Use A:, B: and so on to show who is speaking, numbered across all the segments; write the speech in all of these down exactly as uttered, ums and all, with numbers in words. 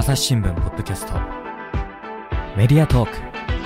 A: 朝日新聞ポッドキャストメディアトーク。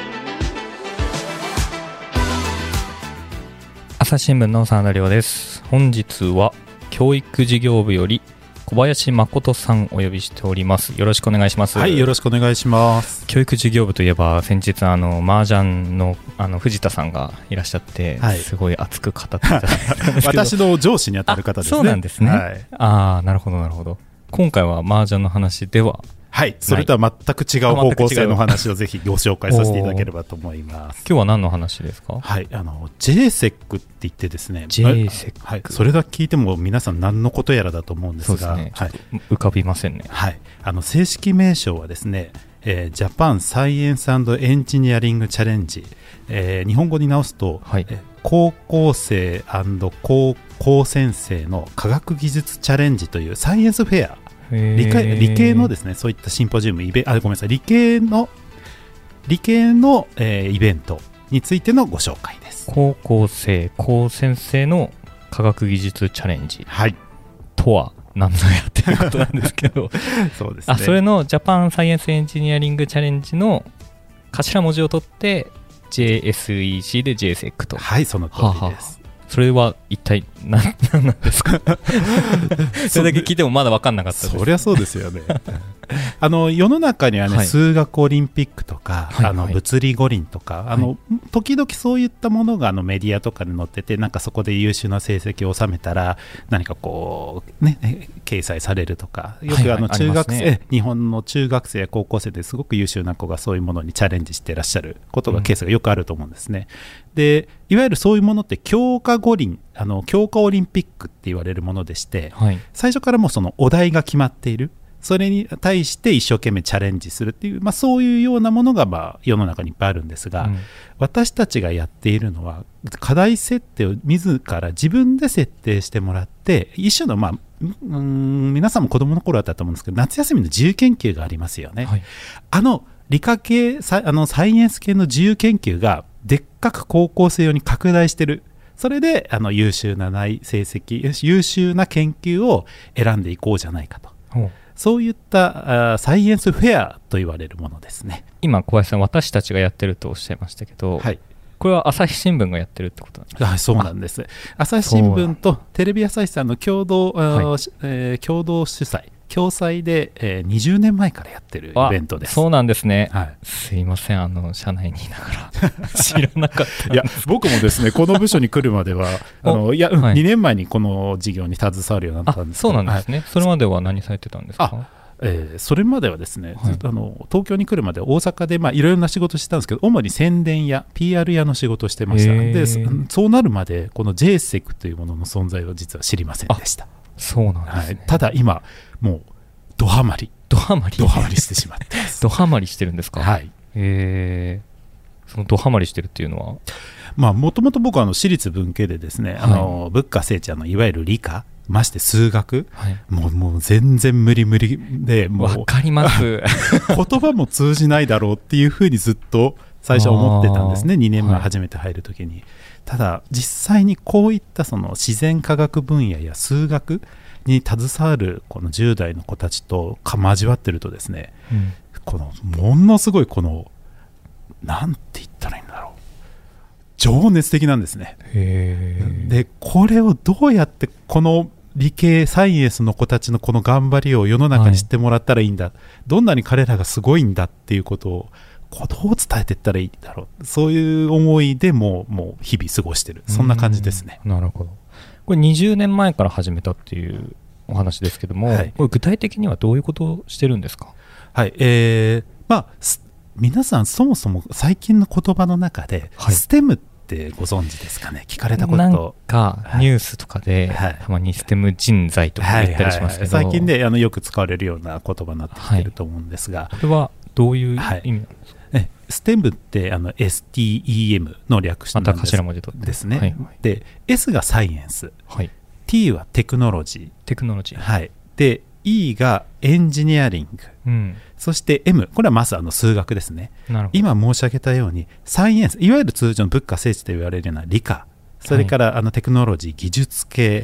A: 朝日新聞の澤田亮です。本日は教育事業部より小林誠さんお呼びしております。よろしくお願いします。
B: はい、よろしくお願いします。
A: 教育事業部といえば先日あの麻雀のあの藤田さんがいらっしゃって、はい、すごい熱く語っていただいたんですけど
B: 私の上司にあたる方ですね。
A: そうなんですね、
B: はい、
A: ああなるほどなるほど。今回は麻雀の話では
B: はい、それとは全く違う方向性の話をぜひご紹介させていただければと思います。
A: 今日は何の話ですか？
B: はい、あの ジェイセック って言ってですね、
A: ジェイセック、
B: はい、それだけ聞いても皆さん何のことやらだと思うんですが、
A: そうですね、
B: はい、
A: 浮かびませんね。
B: はい、あの正式名称はですね、えー、ジャパンサイエンス&エンジニアリングチャレンジ、えー、日本語に直すと、はい、えー、高校生&高校先生の科学技術チャレンジというサイエンスフェア、理系、理系のですね、そういったシンポジウムイベあごめんなさい理系の理系の、えー、イベントについてのご紹介です。
A: 高校生高先生の科学技術チャレンジ、はい、とは何ぞやっていうことなんですけど
B: そうですね、
A: あそれのジャパンサイエンスエンジニアリングチャレンジの頭文字を取って ジェイエスイーシー で ジェイセック と。
B: はい、その通りです。はは、
A: それは一体 何, 何なんですかそれだけ聞いてもまだ分かんなかったです。
B: そりゃそうですよねあの世の中にはね、はい、数学オリンピックとか、はいはい、あの物理五輪とか、はい、あの時々そういったものがあのメディアとかに載ってて、なんかそこで優秀な成績を収めたら何かこう、ね、掲載されるとか、よくあの中学生、はいはいね、日本の中学生や高校生ですごく優秀な子がそういうものにチャレンジしていらっしゃることが、うん、ケースがよくあると思うんですね。でいわゆるそういうものって強化五輪、あの強化オリンピックって言われるものでして、はい、最初からもうそのお題が決まっている、それに対して一生懸命チャレンジするっていう、まあ、そういうようなものがまあ世の中にいっぱいあるんですが、うん、私たちがやっているのは課題設定を自ら自分で設定してもらって、一種の、まあ、うーん皆さんも子どもの頃だったと思うんですけど、夏休みの自由研究がありますよね、はい、あの理科系サあのサイエンス系の自由研究がでっかく高校生用に拡大してる。それであの優秀なない成績、優秀な研究を選んでいこうじゃないかと、そういったあサイエンスフェアと言われるものですね。
A: 今小林さん、私たちがやってるとおっしゃいましたけど、はい、これは朝日新聞がやってるってことなんですか？
B: はい、そうなんです。朝日新聞とテレビ朝日さんの共同、はい、えー、共同主催共催で、えー、にじゅうねんまえからやってるイベントです。
A: そうなんですね、
B: はい、
A: すいません、あの社内にいながら知らなかったんです。
B: いや僕もですねこの部署に来るまではあのいや、はい、にねんまえにこの事業に携わるようになったんですけど。
A: そうなんですね、はい、それまでは何されてたんですか？
B: あえー、それまではですね、はい、ずっとあの東京に来るまで大阪でいろいろな仕事してたんですけど、主に宣伝や ピーアール 屋の仕事をしてました。でそうなるまでこの ジェイセック というものの存在を実は知りませんでした。
A: そうなんですね、
B: はい、ただ今もうドハマり
A: ドハマり
B: ドハマりしてしまってます
A: ドハマりしてるんですか？
B: はい、
A: えー、そのドハマりしてるっていうのは、
B: まあもともと僕はあの私立文系でですね、はい、あの仏科生茶のいわゆる理科まして数学、はい、もう、もう全然無理無理で、もう
A: 分かります
B: 言葉も通じないだろうっていうふうにずっと最初思ってたんですね。にねんまえ初めて入るときに、はい、ただ実際にこういったその自然科学分野や数学に携わるこのじゅう代の子たちと交わってるとですね、うん、このものすごいこのなんて言ったらいいんだろう、情熱的なんですね。
A: へー。
B: でこれをどうやってこの理系サイエンスの子たちのこの頑張りを世の中に知ってもらったらいいんだ、はい、どんなに彼らがすごいんだっていうことをこうどう伝えていったらいいんだろう、そういう思いでもう、もう日々過ごしてる、そんな感じですね。
A: なるほど。これにじゅうねんまえから始めたっていうお話ですけども、はい、これ具体的にはどういうことをしてるんですか？
B: はい、えー、まあ皆さんそもそも最近の言葉の中で、はい、ステムってご存知ですかね？聞かれたこと。
A: なんかニュースとかで、はい、たまにステム人材とか言ったりしますけど、
B: はいはいはい、最近であのよく使われるような言葉になってきてると思うんですが、
A: はい、これはどういう意味なんですか？
B: はい、ステムってあの エスティーイーエム の略称なんです、
A: また頭文字取って
B: ですね、
A: はいはい、
B: で S がサイエンス、
A: はい、
B: T はテクノロジー、
A: テクノロジー、
B: はい、で E がエンジニアリング、うん、そして M、 これはまずあの数学ですね。今申し上げたようにサイエンス、いわゆる通常の仏科生地と言われるような理科、それからあのテクノロジー、技術系、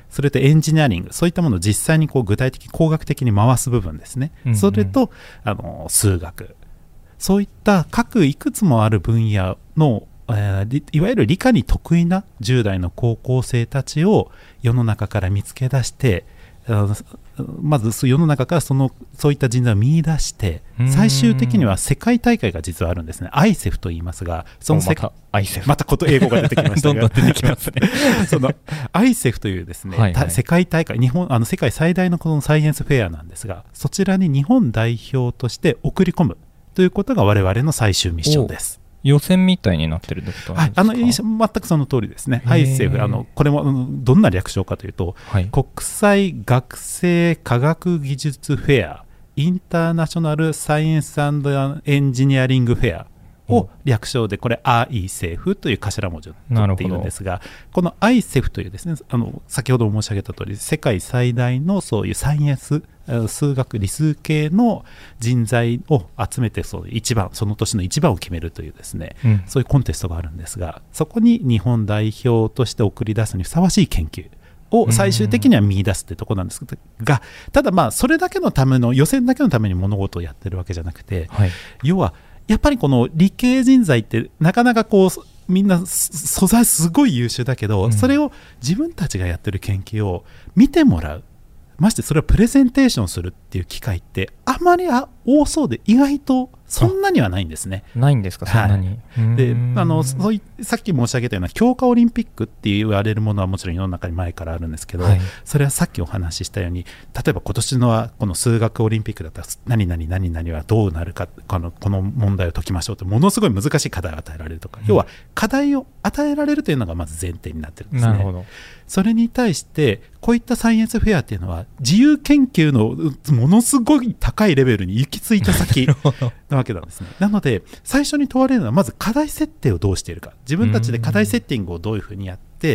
B: それとエンジニアリング、そういったものを実際にこう具体的工学的に回す部分ですね、うんうん、それとあの数学、そういった各いくつもある分野の、えー、いわゆる理科に得意なじゅう代の高校生たちを世の中から見つけ出して、まず世の中からそのそういった人材を見出して、最終的には世界大会が実はあるんですね。アイセフと言いますが、その世界、
A: アイセフ
B: またこと英語が出てきましたが
A: どんどん出てきますね
B: そのアイセフというですね、はいはい、世界大会、日本あの世界最大のこのサイエンスフェアなんですが、そちらに日本代表として送り込むということが我々の最終ミッションです。
A: 予選みたいになってるってことなんですか？
B: はい、あの全くその通りですね。アイセフ、あのこれもどんな略称かというと、はい、国際学生科学技術フェアインターナショナルサイエンス&エンジニアリングフェアを略称で、これ アイセフ という頭文字を取っているんですが、この アイセフ というですね、あの先ほど申し上げた通り世界最大のそういうサイエンス数学理数系の人材を集めて、そう一番その年の一番を決めるというですね、うん、そういうコンテストがあるんですが、そこに日本代表として送り出すにふさわしい研究を最終的には見出すってところなんですが、ただまあそれだけのための予選だけのために物事をやってるわけじゃなくて、はい、要はやっぱりこの理系人材ってなかなかこうみんな素材すごい優秀だけど、うん、それを自分たちがやってる研究を見てもらう、ましてそれをプレゼンテーションするっていう機会ってあまり多そうで、意外とそんなにはないんですね。
A: ないんですか、そんなに。
B: はい、であのそういさっき申し上げたような強化オリンピックって言われるものはもちろん世の中に前からあるんですけど、はい、それはさっきお話ししたように、例えば今年のこの数学オリンピックだったら何々何々はどうなるか、この、この問題を解きましょうってものすごい難しい課題を与えられるとか、うん、要は課題を与えられるというのがまず前提になってるんですね。
A: なるほど。
B: それに対してこういったサイエンスフェアっていうのは自由研究のものすごい高いレベルに行き着いた先なわけなんですね。なので最初に問われるのはまず課題設定をどうしているか、自分たちで課題セッティングをどういうふうにやって、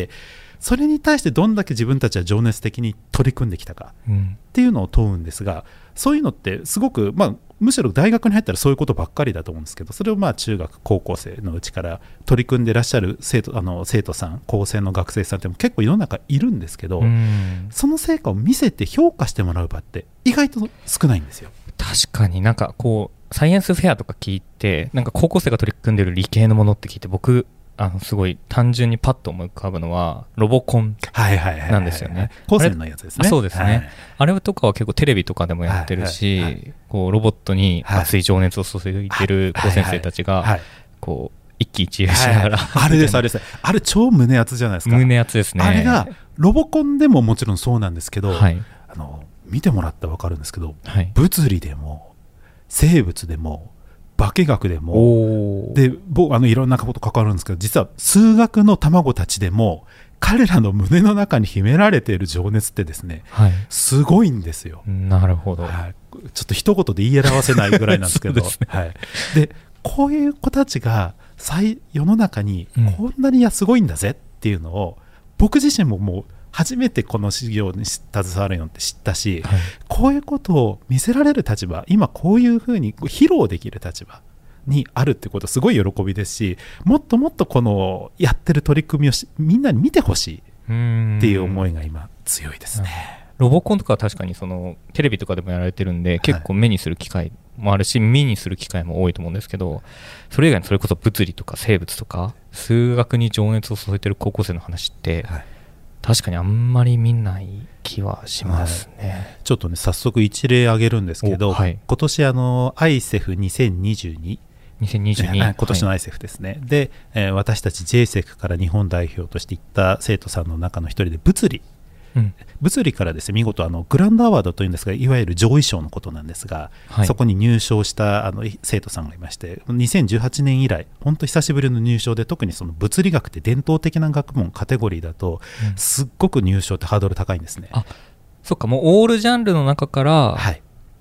B: それに対してどんだけ自分たちは情熱的に取り組んできたかっていうのを問うんですが、そういうのってすごく、まあ、むしろ大学に入ったらそういうことばっかりだと思うんですけど、それをまあ中学高校生のうちから取り組んでいらっしゃる生徒、あの生徒さん、高専の学生さんっても結構世の中いるんですけど、その成果を見せて評価してもらう場って意外と少ないんですよ。
A: 確かになんかこうサイエンスフェアとか聞いて、なんか高校生が取り組んでる理系のものって聞いて、僕あのすごい単純にパッと思い浮かぶのはロボコンなんですよね。
B: 高専のやつですね。
A: そうですね、はい、あれとかは結構テレビとかでもやってるし、はいはいはい、こうロボットに熱い情熱を注いでる高専生たちがこう一喜一憂しながら、
B: はい、あれですあれですあれ超胸熱じゃないですか。
A: 胸熱ですね。
B: あれがロボコンでももちろんそうなんですけど、はい、あの見てもらったら分かるんですけど、はい、物理でも生物でも化学でもで僕あのいろんなこと関わるんですけど、実は数学の卵たちでも彼らの胸の中に秘められている情熱ってですね、はい、すごいんですよ。
A: なるほど、
B: はい、ちょっと一言で言い表せないぐらいなんですけどで、ねはい、でこういう子たちが世の中にこんなにすごいんだぜっていうのを、うん、僕自身ももう初めてこの事業に携わるのって知ったし、はい、こういうことを見せられる立場、今こういうふうに披露できる立場にあるってことすごい喜びですし、もっともっとこのやってる取り組みをみんなに見てほしいっていう思いが今強いですね。
A: ロボコンとかは確かにそのテレビとかでもやられてるんで、結構目にする機会もあるし、耳にする機会も多いと思うんですけど、それ以外にそれこそ物理とか生物とか数学に情熱を注いでる高校生の話って、はい、確かにあんまり見ない気はしますね。はい、
B: ちょっとね早速一例挙げるんですけど、はい、今年あの アイセフにせんにじゅうに
A: にせんにじゅうに、
B: 今年の アイセフ ですね、はい、で、えー、私たち ジェイセフ から日本代表として行った生徒さんの中の一人で物理、うん、物理からですね見事あのグランドアワードというんですが、いわゆる上位賞のことなんですが、はい、そこに入賞したあの生徒さんがいまして、にせんじゅうはちねん以来本当久しぶりの入賞で、特にその物理学って伝統的な学問カテゴリーだと、うん、すっごく入賞ってハードル高いんですね。
A: あ、そっか、もうオールジャンルの中から、はい、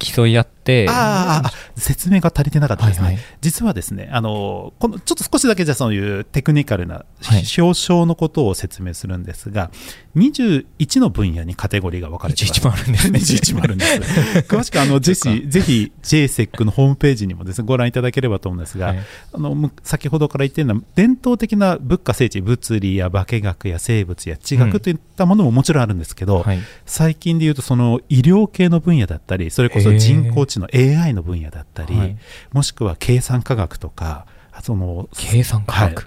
A: 競い合って、
B: ああ、説明が足りてなかったですね。はいはい、実はですね、あのこのちょっと少しだけじゃそういうテクニカルな表彰のことを説明するんですが、はい、にじゅういちの分野にカテゴリーが分かれています。
A: にじゅういちもあるんですね。
B: にじゅういちもあるんです。詳しくあのぜひぜひ ジェイセック のホームページにもですねご覧いただければと思うんですが、はい、あの先ほどから言っているのは伝統的な物価聖地、物理や化学や生物や地学といったものももちろんあるんですけど、うん、はい、最近でいうとその医療系の分野だったり、それこそ人工知能 エーアイ の分野だったり、はい、もしくは計算科学とか、その
A: 計算科学、
B: はい、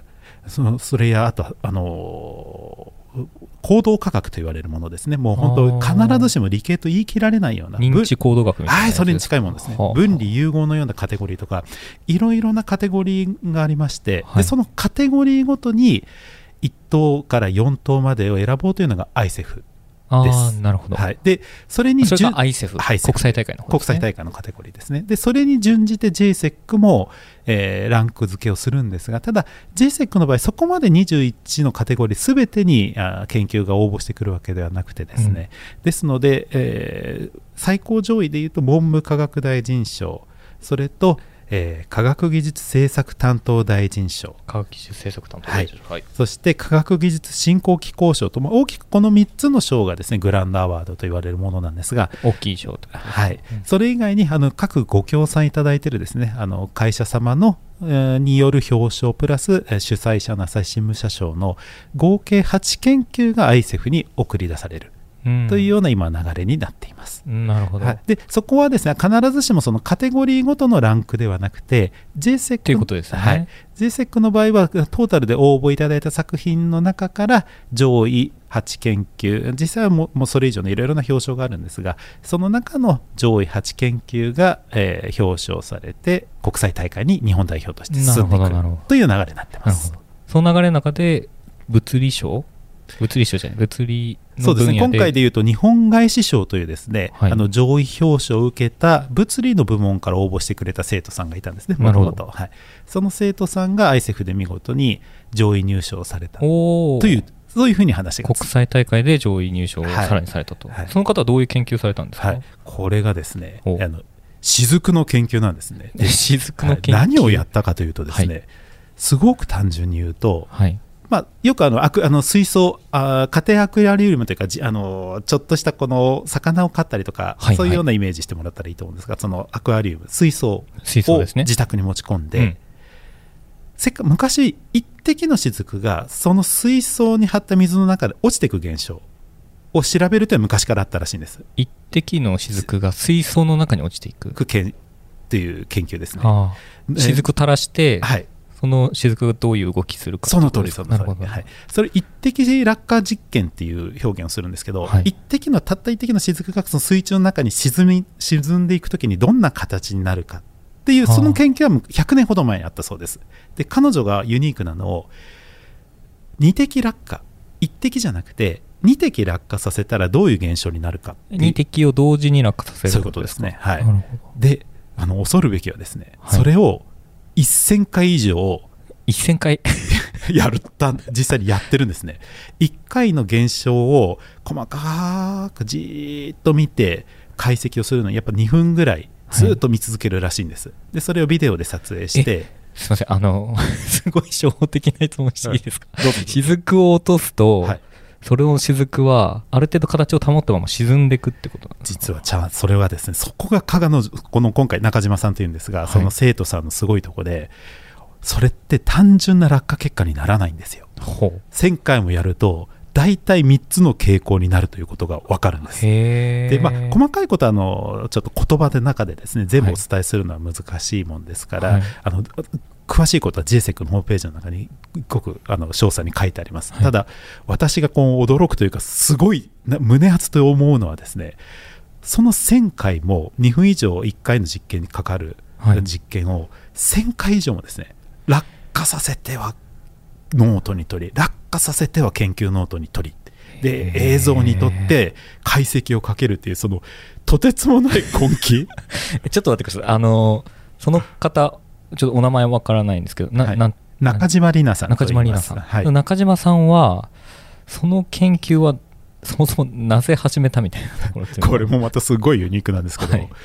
B: そのそれやあとあの行動科学と言われるものですね。もう本当必ずしも理系と言い切られないような
A: 認知行動学みたいな、
B: はい、それに近いものですね。分離融合のようなカテゴリーとかいろいろなカテゴリーがありまして、はい、でそのカテゴリーごとにいち等からよん等までを選ぼうというのが アイセフです。
A: あ、なるほど。
B: はい、でそれに
A: それが アイセフ、はい、国際大会の方ですね。
B: 国際大会のカテゴリーですね。でそれに準じて ジェイセック も、えー、ランク付けをするんですが、ただ ジェイセック の場合そこまでにじゅういちのカテゴリーすべてにあ研究が応募してくるわけではなくてですね、うん、ですので、えー、最高上位でいうと文部科学大臣賞、それとえー、科学技術政策担当大臣賞、
A: 科学技術政策担当大臣賞、はいはい、
B: そして科学技術振興機構賞とも大きくこのみっつの賞がですねグランドアワードと言われるものなんですが、
A: 大きい賞と、
B: はい、うん、それ以外にあの各ご協賛いただいているですねあの会社様の、えー、による表彰プラス、えー、主催者の朝日新聞社賞の合計はち研究が アイセフ に送り出されるというような今流れになっています。
A: うん、なるほど。
B: はい、でそこはですね必ずしもそのカテゴリーごとのランクではなくて ジェイセック
A: ということですね。
B: はい、ジェイセック の場合はトータルで応募いただいた作品の中から上位はち研究、実際はも う, もうそれ以上のいろいろな表彰があるんですが、その中の上位はち研究が、えー、表彰されて国際大会に日本代表として進んでいくという流れになってます。
A: その流れの中で物理賞物理賞じゃない物理の分野で、
B: そうですね、今回でいうと日本外資賞というですね、はい、あの上位表彰を受けた物理の部門から応募してくれた生徒さんがいたんですね。
A: なるほど。
B: はい、その生徒さんが アイセフ で見事に上位入賞されたというそういうふうに話が
A: 国際大会で上位入賞をさらにされたと、はいはい、その方はどういう研究されたんですか。はい、
B: これがですねあの雫の研究なんですね。
A: 雫の研究、
B: はい、何をやったかというとですね、はい、すごく単純に言うと、はい、まあ、よくあのあくあの水槽あ家庭アクアリウムというかじあのちょっとしたこの魚を飼ったりとか、はいはい、そういうようなイメージしてもらったらいいと思うんですが、そのアクアリウム水槽を自宅に持ち込んで、うん、せっか昔一滴の雫がその水槽に張った水の中で落ちていく現象を調べるというのは昔からあったらしいんです。
A: 一滴の雫が水槽の中に落ちていく
B: っていう研究ですね。
A: ああ、雫垂らして、
B: はい、
A: その雫がどういう動きするか。
B: その通りその通り、はい、それ一滴落下実験っていう表現をするんですけど、はい、一滴のたった一滴の雫がその水中の中に沈み沈んでいくときにどんな形になるかっていうその研究はひゃくねんほど前にあったそうです。で彼女がユニークなのを二滴落下一滴じゃなくてに滴落下させたらどういう現象になるか。
A: に滴を同時に落下させる。
B: そういうことですね。はい、であの恐るべきはですね、はい、それをせんかい以上
A: せんかい
B: やるた実際にやってるんですね。いっかいの現象を細かくじーっと見て解析をするのにやっぱにふんぐらいずっと見続けるらしいんです、はい、でそれをビデオで撮影して。
A: すみません、あのすごい初歩的な質問していいですか。雫を落とすと、はい、それの雫はある程度形を保ったまま沈んでいくってことなんですか。
B: 実はちゃそれはですね、そこが加賀のこの今回中島さんというんですが、はい、その生徒さんのすごいところでそれって単純な落下結果にならないんですよ。せんかいもやると大体みっつの傾向になるということが分かるんです。で、まあ、細かいことはあのちょっと言葉の中でですね全部お伝えするのは難しいもんですから、はい、あの詳しいことは ジェイセック のホームページの中にごくあの詳細に書いてあります、はい、ただ私がこう驚くというかすごい胸熱と思うのはですね、そのせんかいもにふん以上いっかいの実験にかかる実験をせんかい以上もですね落下させてはノートに取り落下させては研究ノートに取りで映像にとって解析をかけるっていうそのとてつもない根気
A: ちょっと待ってください。あのその方ちょっとお名前わからないんですけど、な
B: はい、
A: な
B: 中島里奈さん
A: 中島里奈さん、
B: はい、
A: 中島さんはその研究はそもそもなぜ始めたみたいなところっていうのは
B: これもまたすごいユニークなんですけど、はい、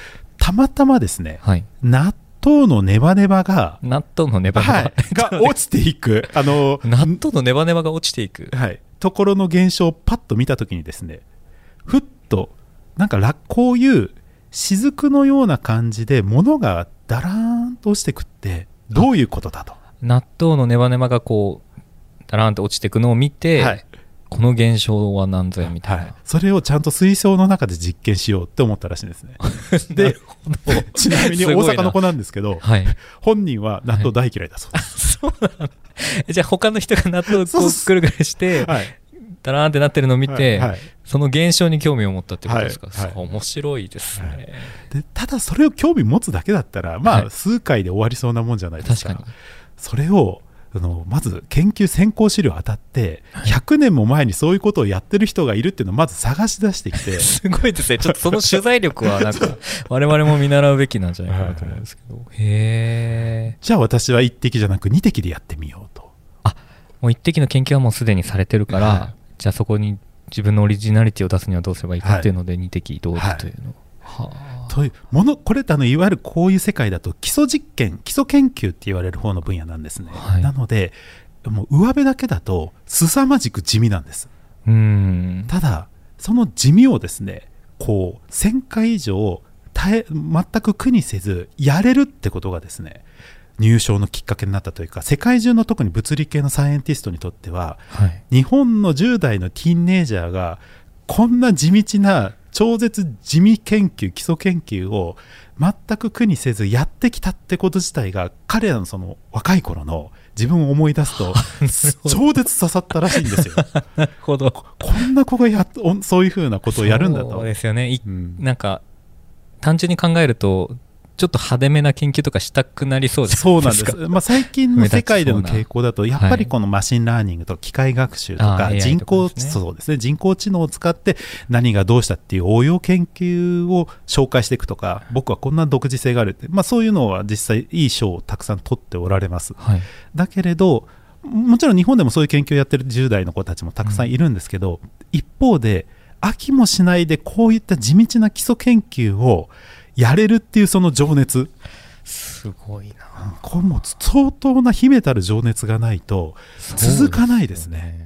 B: たまたまですね、
A: はい、
B: 納豆のネバネバが
A: 納豆のネバネバ、
B: はい、が落ちていくあの
A: 納豆のネバネバが落ちていく、
B: はい、ところの現象をパッと見たときにですね、ふっとなんかこういう雫のような感じで物がダラーンと落ちてくってどういうことだと。
A: 納豆のネバネバがこうダラーンと落ちていくのを見て、はい、この現象は何ぞやみたいな、はい、
B: それをちゃんと水槽の中で実験しようって思ったらしいんですねでちなみに大阪の子なんですけど、はい、本人は納豆大嫌いだそうです、はい、そうなん
A: じゃあ他の人が納豆をこうくるぐるしてはい、ダラーンってなってるのを見て、はいはい、その現象に興味を持ったってことですか、はいはい、面白いですね、はい、
B: でただそれを興味持つだけだったらまあ、はい、数回で終わりそうなもんじゃないですか。
A: 確かに
B: それをあのまず研究先行資料当たってひゃくねんも前にそういうことをやってる人がいるっていうのをまず探し出してきて
A: すごいですね。ちょっとその取材力はなんか我々も見習うべきなんじゃないかなと思うんですけど、はい、へー、
B: じゃあ私はいっ滴じゃなくに滴でやってみようと。
A: あ、もういっ滴の研究はもうすでにされてるから、はい、じゃあそこに自分のオリジナリティを出すにはどうすればいいかっていうのでに滴どうぞというのを、はいはい、
B: というものこれってあのいわゆるこういう世界だと基礎実験基礎研究って言われる方の分野なんですね、はい、なのでもう上辺だけだと凄まじく地味なんです。
A: うーん、
B: ただその地味をですねこうせんかい以上耐え全く苦にせずやれるってことがですね入賞のきっかけになったというか、世界中の特に物理系のサイエンティストにとっては、はい、日本のじゅう代のティーンネイジャーがこんな地道な超絶地味研究基礎研究を全く苦にせずやってきたってこと自体が彼らのその若い頃の自分を思い出すと超絶刺さったらしいんですよ
A: なるほど。
B: こ, こんな子がやそういうふうなことをやるんだと。
A: そうですよね、うん、なんか単純に考えるとちょっと派手めな研究とかしたくなりそうじゃないですか。
B: そうなんです、まあ、最近の世界での傾向だとやっぱりこのマシンラーニングと機械学習とか人工、そうですね、人工知能を使って何がどうしたっていう応用研究を紹介していくとか、僕はこんな独自性があるって、まあ、そういうのは実際いい賞をたくさん取っておられます、はい、だけれどもちろん日本でもそういう研究をやってるじゅう代の子たちもたくさんいるんですけど、うん、一方で飽きもしないでこういった地道な基礎研究をやれるっていうその情熱、
A: すごいな。
B: これも相当な秘めたる情熱がないと続かないですね。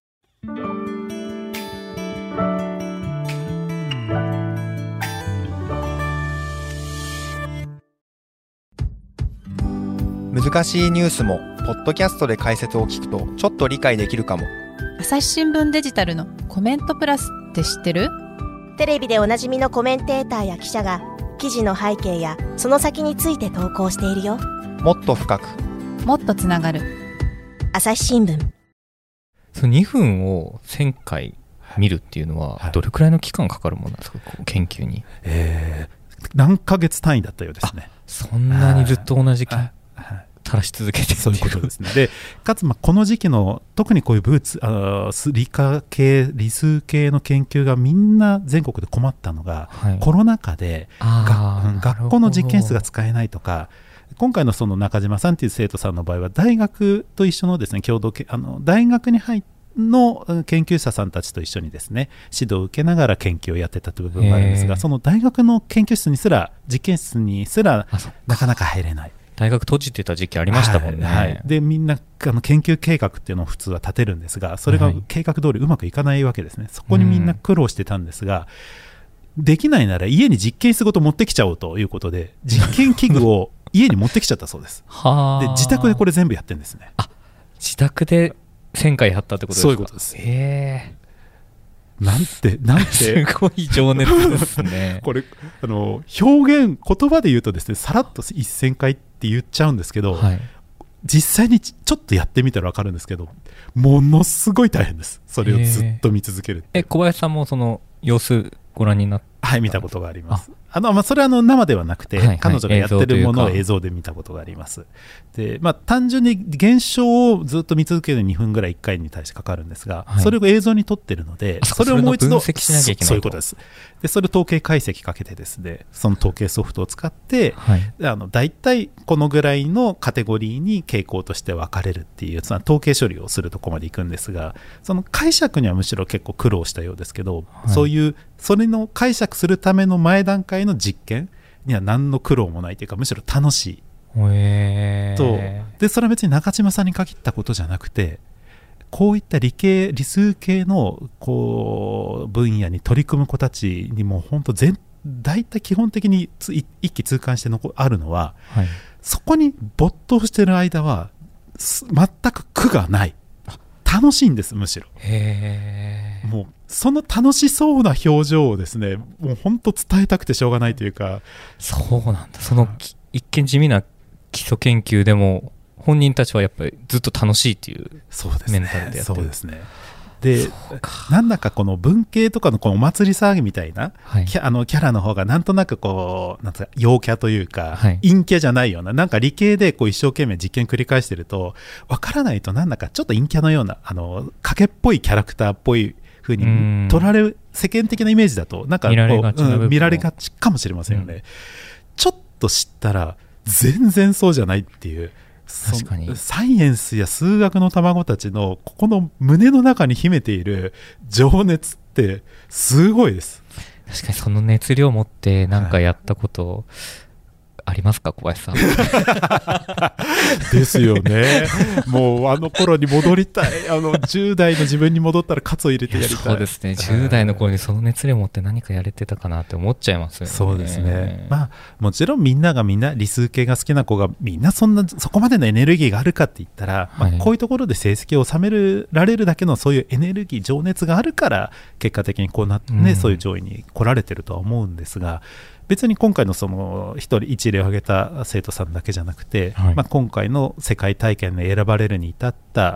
C: 難しいニュースもポッドキャストで解説を聞くとちょっと理解できるかも。
D: 朝日新聞デジタルのコメントプラスって知ってる？
E: テレビでおなじみのコメンテーターや記者が記事の背景やその先について投稿しているよ。
C: もっと深く、
D: もっとつながる
E: 朝日新聞。
A: そのにふんをせんかい見るっていうのはどれくらいの期間かかるものなんですか、こう研究に。
B: えー、何ヶ月単位だったようですね。
A: そんなにずっと同じ研垂らし続けて
B: そういうことですね。でかつまあこの時期の特にこういうブーツあ理科系理数系の研究がみんな全国で困ったのが、はい、コロナ禍でが学校の実験室が使えないとか、今回のその中島さんという生徒さんの場合は大学と一緒のですね共同あの大学に入っての研究者さんたちと一緒にですね指導を受けながら研究をやってたという部分があるんですが、その大学の研究室にすら実験室にすらなかなか入れない。
A: 大学閉じてた時期ありましたもんね、
B: はいはい、でみんなあの研究計画っていうのを普通は立てるんですが、それが計画通りうまくいかないわけですね。そこにみんな苦労してたんですが、うん、できないなら家に実験室ごと持ってきちゃおうということで実験器具を家に持ってきちゃったそうですで自宅でこれ全部やってるんですね。
A: あ、自宅でせんかいやったってことですか。
B: そういうことです。
A: へー、
B: なんてなんて
A: すごい情熱ですね
B: これあの表現言葉で言うとですねさらっとせんかいって言っちゃうんですけど、はい、実際にちょっとやってみたら分かるんですけどものすごい大変です。それをずっと見続けるって。
A: え小林さんもその様子ご覧になった？
B: はい見たことがあります。あの、まあ、それはあの生ではなくて、はいはい、彼女がやってるものを映像で見たことがあります。で、まあ、単純に現象をずっと見続けるにふんぐらいいっかいに対してかかるんですが、はい、それを映像に撮ってるのでそれをもう一度
A: 分析しなきゃいけないと。
B: そういうことです。でそれを統計解析かけてですねその統計ソフトを使って、はい、あのだいたいこのぐらいのカテゴリーに傾向として分かれるっていうその統計処理をするところまでいくんですが、その解釈にはむしろ結構苦労したようですけど、はい、そういうそれの解釈するための前段階の実験には何の苦労もないというか、むしろ楽しい
A: へー
B: と。でそれは別に中島さんに限ったことじゃなくて、こういった理系理数系のこう分野に取り組む子たちにも本当全大体基本的につ一気通貫してのあるのは、
A: はい、
B: そこに没頭している間は全く苦がない、楽しいんです。むしろ
A: へ
B: もうその楽しそうな表情をですね、もう本当伝えたくてしょうがないというか。
A: そうなんだ。その一見地味な基礎研究でも本人たちはやっぱりずっと楽しいっていうメンタルでやってる。
B: そうですね。でなんだかこの文系とかのこのお祭り騒ぎみたいな、はい、キャあのキャラの方がなんとなくこうなんつうか陽キャというか、はい、陰キャじゃないような、なんか理系でこう一生懸命実験繰り返してると分からないと、なんだかちょっと陰キャのようなあの影っぽいキャラクターっぽい風に取られる、世間的なイメージだとなんかこう見られがち、うん、見られがちかもしれませんよね、うん、ちょっと知ったら全然そうじゃないっていう。
A: 確かに
B: サイエンスや数学の卵たちのここの胸の中に秘めている情熱ってすごいです。
A: 確かにその熱量を持って何かやったこと、はい、ありますか小林さん
B: ですよね。もうあの頃に戻りたい。あのじゅう代の自分に戻ったらカツを入れてやりたい。
A: そうですね、じゅう代の頃にその熱量を持って何かやれてたかなって思っちゃいますよね。
B: そうですね。まあもちろんみんながみんな理数系が好きな子がみんなそんなそこまでのエネルギーがあるかって言ったら、はい、まあ、こういうところで成績を収められるだけのそういうエネルギー情熱があるから結果的にこうなって、ね、うん、そういう上位に来られてるとは思うんですが、別に今回のその一人一例を挙げた生徒さんだけじゃなくて、はい、まあ、今回の世界大会に選ばれるに至った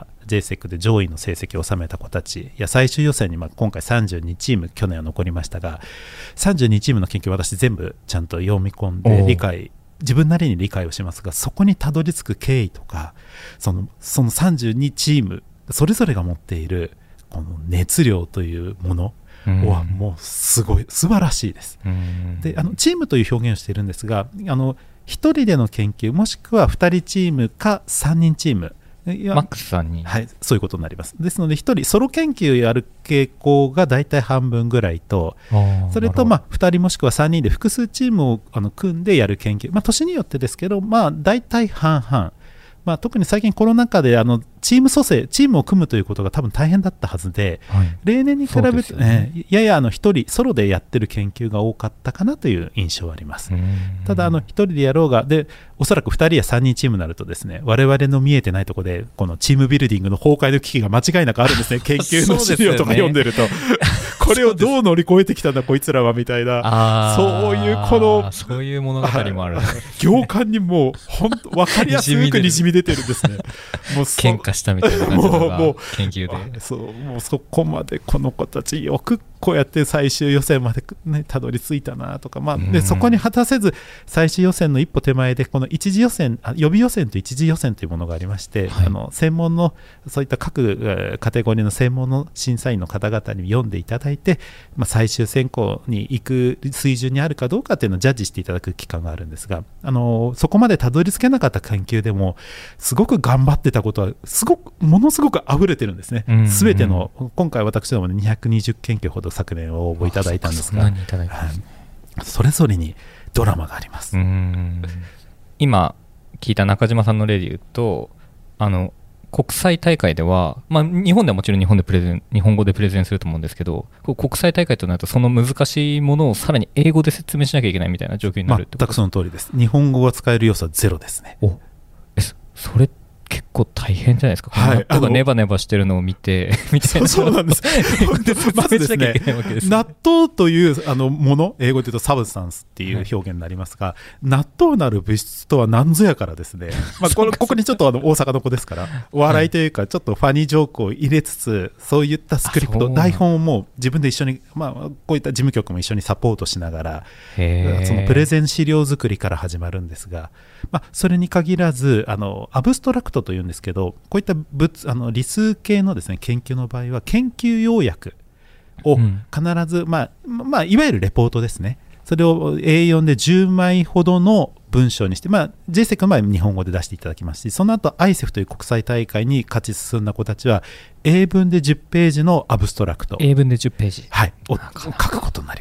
B: ジェイセック で上位の成績を収めた子たちや最終予選にまあ今回さんじゅうにチーム去年は残りましたが、さんじゅうにチームの研究を私全部ちゃんと読み込んで理解自分なりに理解をしますが、そこにたどり着く経緯とかその、そのさんじゅうにチームそれぞれが持っているこの熱量というものはもうすごい素晴らしいです。であのチームという表現をしているんですが、あのひとりでの研究もしくはふたりチームかさんにんチーム、
A: マックスさんにん、
B: はい、そういうことになります。ですのでひとりソロ研究をやる傾向がだいたい半分ぐらいと、それとまあふたりもしくはさんにんで複数チームをあの組んでやる研究、まあ、年によってですけど、まあ、だいたい半々、まあ、特に最近コロナ禍であのチーム組成チームを組むということが多分大変だったはずで、はい、例年に比べて、ね、えー、ややあのひとりソロでやってる研究が多かったかなという印象はあります。ただあのひとりでやろうがでおそらくふたりやさんにんチームになるとですね、我々の見えてないところでこのチームビルディングの崩壊の危機が間違いなくあるんですね。研究の資料とか読んでるとこれをどう乗り越えてきたんだこいつらはみたいな、そういうこの
A: そういう物語もある
B: 行間にもう本当分かりやすくにじみ出てるんですね。もう
A: 喧嘩したみたいな感じのが研究で
B: そうもうそこまでこの子たちよくこうやって最終予選まで、ね、たどり着いたなとか、まあ、でそこに果たせず最終予選の一歩手前でこの一次予選あ予備予選と一次予選というものがありまして、はい、あの専門のそういった各カテゴリーの専門の審査員の方々に読んでいただいて、まあ、最終選考に行く水準にあるかどうかというのをジャッジしていただく期間があるんですが、あのそこまでたどり着けなかった研究でもすごく頑張ってたことはすごくものすごく溢れてるんですね。すべての今回私どもにひゃくにじゅう研究ほど昨年応募いただいたんですが、 そ, そ, はい、それぞれにドラマがあります。
A: うーん今聞いた中島さんの例で言うと、あの国際大会では、まあ、日本ではもちろん日本でプレゼン日本語でプレゼンすると思うんですけど、国際大会となるとその難しいものをさらに英語で説明しなきゃいけないみたいな状況になるってこと。
B: 全くその通りです。日本語が使える要素はゼロですね。
A: おえそれ結構大変じゃないですか。はい、納豆がネバネバしてるのを見てみたいな。
B: そうなんです。まずですね、納豆というあのもの、英語で言うとサブスタンスっていう表現になりますが、はい、納豆なる物質とは何ぞやからですね、まあ、こ, ここにちょっとあの大阪の子ですから笑いというかちょっとファニージョークを入れつつ、そういったスクリプト台本をもう自分で一緒に、まあ、こういった事務局も一緒にサポートしながらそのプレゼン資料作りから始まるんですが、まあ、それに限らずあのアブストラクトというんですけど、こういった物あの理数系のですね研究の場合は研究要約を必ず、うん、まあまあ、いわゆるレポートですね、それを エーよん でじゅうまいほどの文章にして、まあ、ジェイセック の場合は日本語で出していただきますし、その後 アイセフ という国際大会に勝ち進んだ子たちは英文でじゅっページのアブストラクト、
A: 英文でじゅっページ、
B: はい、を書くことになります。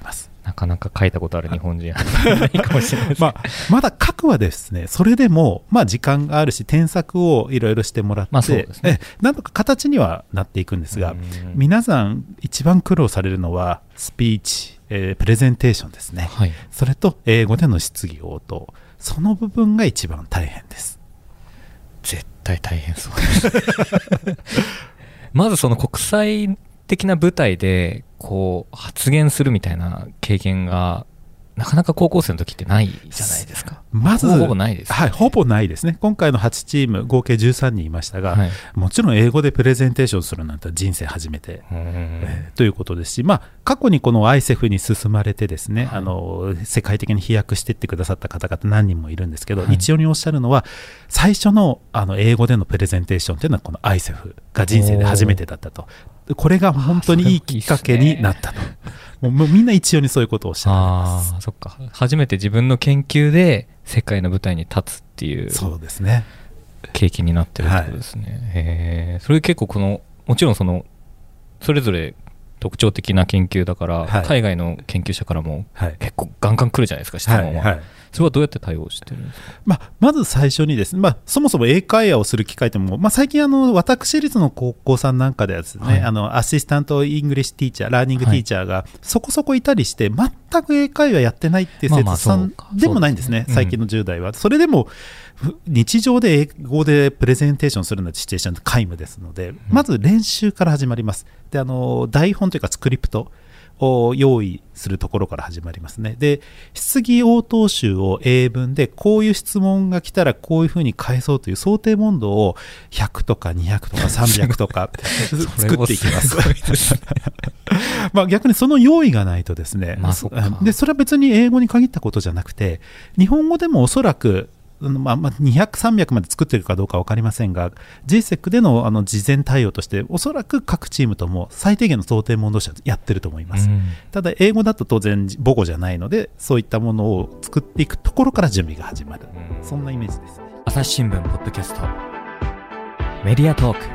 A: なかなか書いたことある日本人はないかもしれないです
B: まあ、まだ書くはですね、それでも、まあ、時間があるし、添削をいろいろしてもらって、
A: まあそうですね、
B: えなんとか形にはなっていくんですが、皆さん一番苦労されるのは、スピーチ、えー、プレゼンテーションですね、はい、それと英語での質疑応答、その部分が一番大変です。
A: 絶対大変そうですまずその国際的な舞台でこう発言するみたいな経験がなかなか高校生の時ってないじゃないですか。
B: まず
A: ほぼないです、ね、
B: はい、ほぼないですね。今回のはちチーム合計じゅうさんにんいましたが、はい、もちろん英語でプレゼンテーションするなんて人生初めて、えー、ということですし、まあ、過去にこの アイセフ に進まれてですね、はい、あの世界的に飛躍していってくださった方々何人もいるんですけど、はい、一様におっしゃるのは最初の、あの英語でのプレゼンテーションというのはこの アイセフ が人生で初めてだったと。これが本当にいいきっかけになったと。もうみんな一様にそういうことをおっしゃってます。
A: あ、そっか。初めて自分の研究で世界の舞台に立つっていう
B: そうですね
A: 経験になってるってことですね。はい、へー、それ結構このもちろんそのそれぞれ特徴的な研究だから、はい、海外の研究者からも結構ガンガン来るじゃないですか、質問は、はいはい、それはどうやって対応してるんですか。
B: まあ、まず最初にですね、まあ、そもそも英会話をする機会っても、まあ、最近あの私立の高校さんなんかではですね、はい、あのアシスタントイングリッシュティーチャーラーニングティーチャーがそこそこいたりして、全く英会話やってないって生徒さんでもないんですね、最近のじゅう代は。それでも日常で英語でプレゼンテーションするようなシチュエーションって皆無ですので、うん、まず練習から始まります。で、あの台本というかスクリプトを用意するところから始まりますね。で、質疑応答集を英文でこういう質問が来たらこういうふうに返そうという想定問答をひゃくとかにひゃくとかさんびゃくとか作っていきます。まあ逆にその用意がないとですね、まあ、そでそれは別に英語に限ったことじゃなくて、日本語でもおそらくまあ、にひゃく、さんびゃくまで作っているかどうか分かりませんが ジェイセック で の, あの事前対応としておそらく各チームとも最低限の想定問答集はやってると思います、うん、ただ英語だと当然母語じゃないのでそういったものを作っていくところから準備が始まる、うん、そんなイメージですね。
A: 朝日新聞ポッドキャストメディアトーク、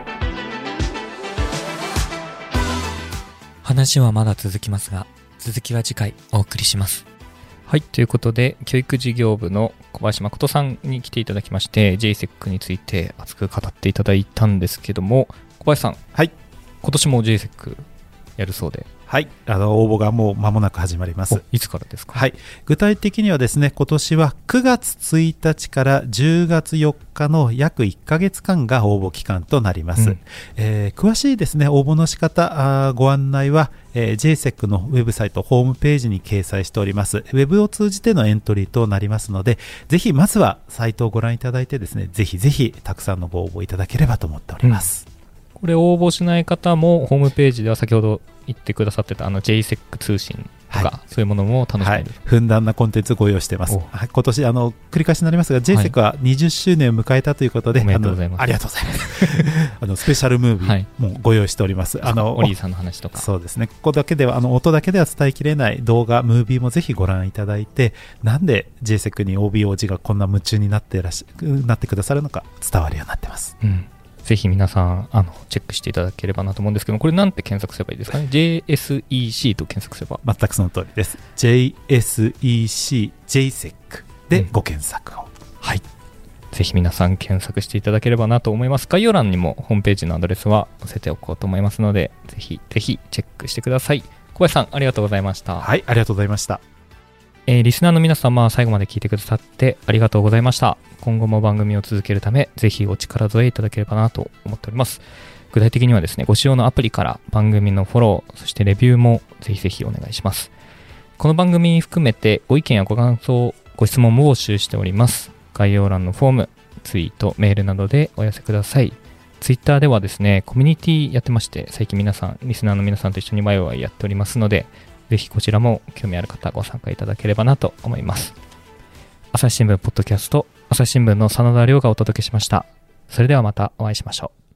A: 話はまだ続きますが続きは次回お送りします。はい、ということで教育事業部の小林誠さんに来ていただきまして ジェイセック について熱く語っていただいたんですけども、小林さん、
B: はい、
A: 今年も ジェイセック やるそうで。
B: はい、あの応募がもう間もなく始まります。
A: いつからですか。
B: はい、具体的にはですね、今年はくがつついたちからじゅうがつよっかの約いっかげつかんが応募期間となります、うん、えー、詳しいですね応募の仕方ご案内は、えー、ジェイセック のウェブサイトホームページに掲載しております。ウェブを通じてのエントリーとなりますので、ぜひまずはサイトをご覧いただいてですね、ぜひぜひたくさんのご応募いただければと思っております、
A: うん、これ応募しない方もホームページでは先ほど言ってくださってたあの ジェイセック 通信とか、はい、そういうものも楽しめる、はい、
B: ふんだんなコンテンツをご用意しています、はい、今年あの繰り返しになりますが ジェイセック はにじゅっしゅうねんを迎えたということで、
A: おめでとうございます。
B: ありがとうございますあのスペシャルムービーもご用意しております、はい、あの
A: オリーさんの話とか。
B: そうですね、ここだけではあの音だけでは伝えきれない動画ムービーもぜひご覧いただいて、なんで ジェイセック に オービーオージー がこんな夢中になってらしなってくださるのか伝わるようになってます、うん、
A: ぜひ皆さんあのチェックしていただければなと思うんですけど、これなんて検索すればいいですかね。 ジェイエスイーシー と検索すれば。
B: 全くその通りです。 ジェイエスイーシー ジェイセック でご検索を、うん、はい、
A: ぜひ皆さん検索していただければなと思います。概要欄にもホームページのアドレスは載せておこうと思いますので、ぜひぜひチェックしてください。小林さんありがとうございました。
B: はい、ありがとうございました。
A: えー、リスナーの皆様、最後まで聞いてくださってありがとうございました。今後も番組を続けるため、ぜひお力添えいただければなと思っております。具体的にはですね、ご使用のアプリから番組のフォロー、そしてレビューもぜひぜひお願いします。この番組含めてご意見やご感想、ご質問も募集しております。概要欄のフォーム、ツイート、メールなどでお寄せください。ツイッターではですね、コミュニティやってまして、最近皆さん、リスナーの皆さんと一緒にワイワイやっておりますので、ぜひこちらも興味ある方ご参加いただければなと思います。朝日新聞ポッドキャスト、朝日新聞の真田亮がお届けしました。それではまたお会いしましょう。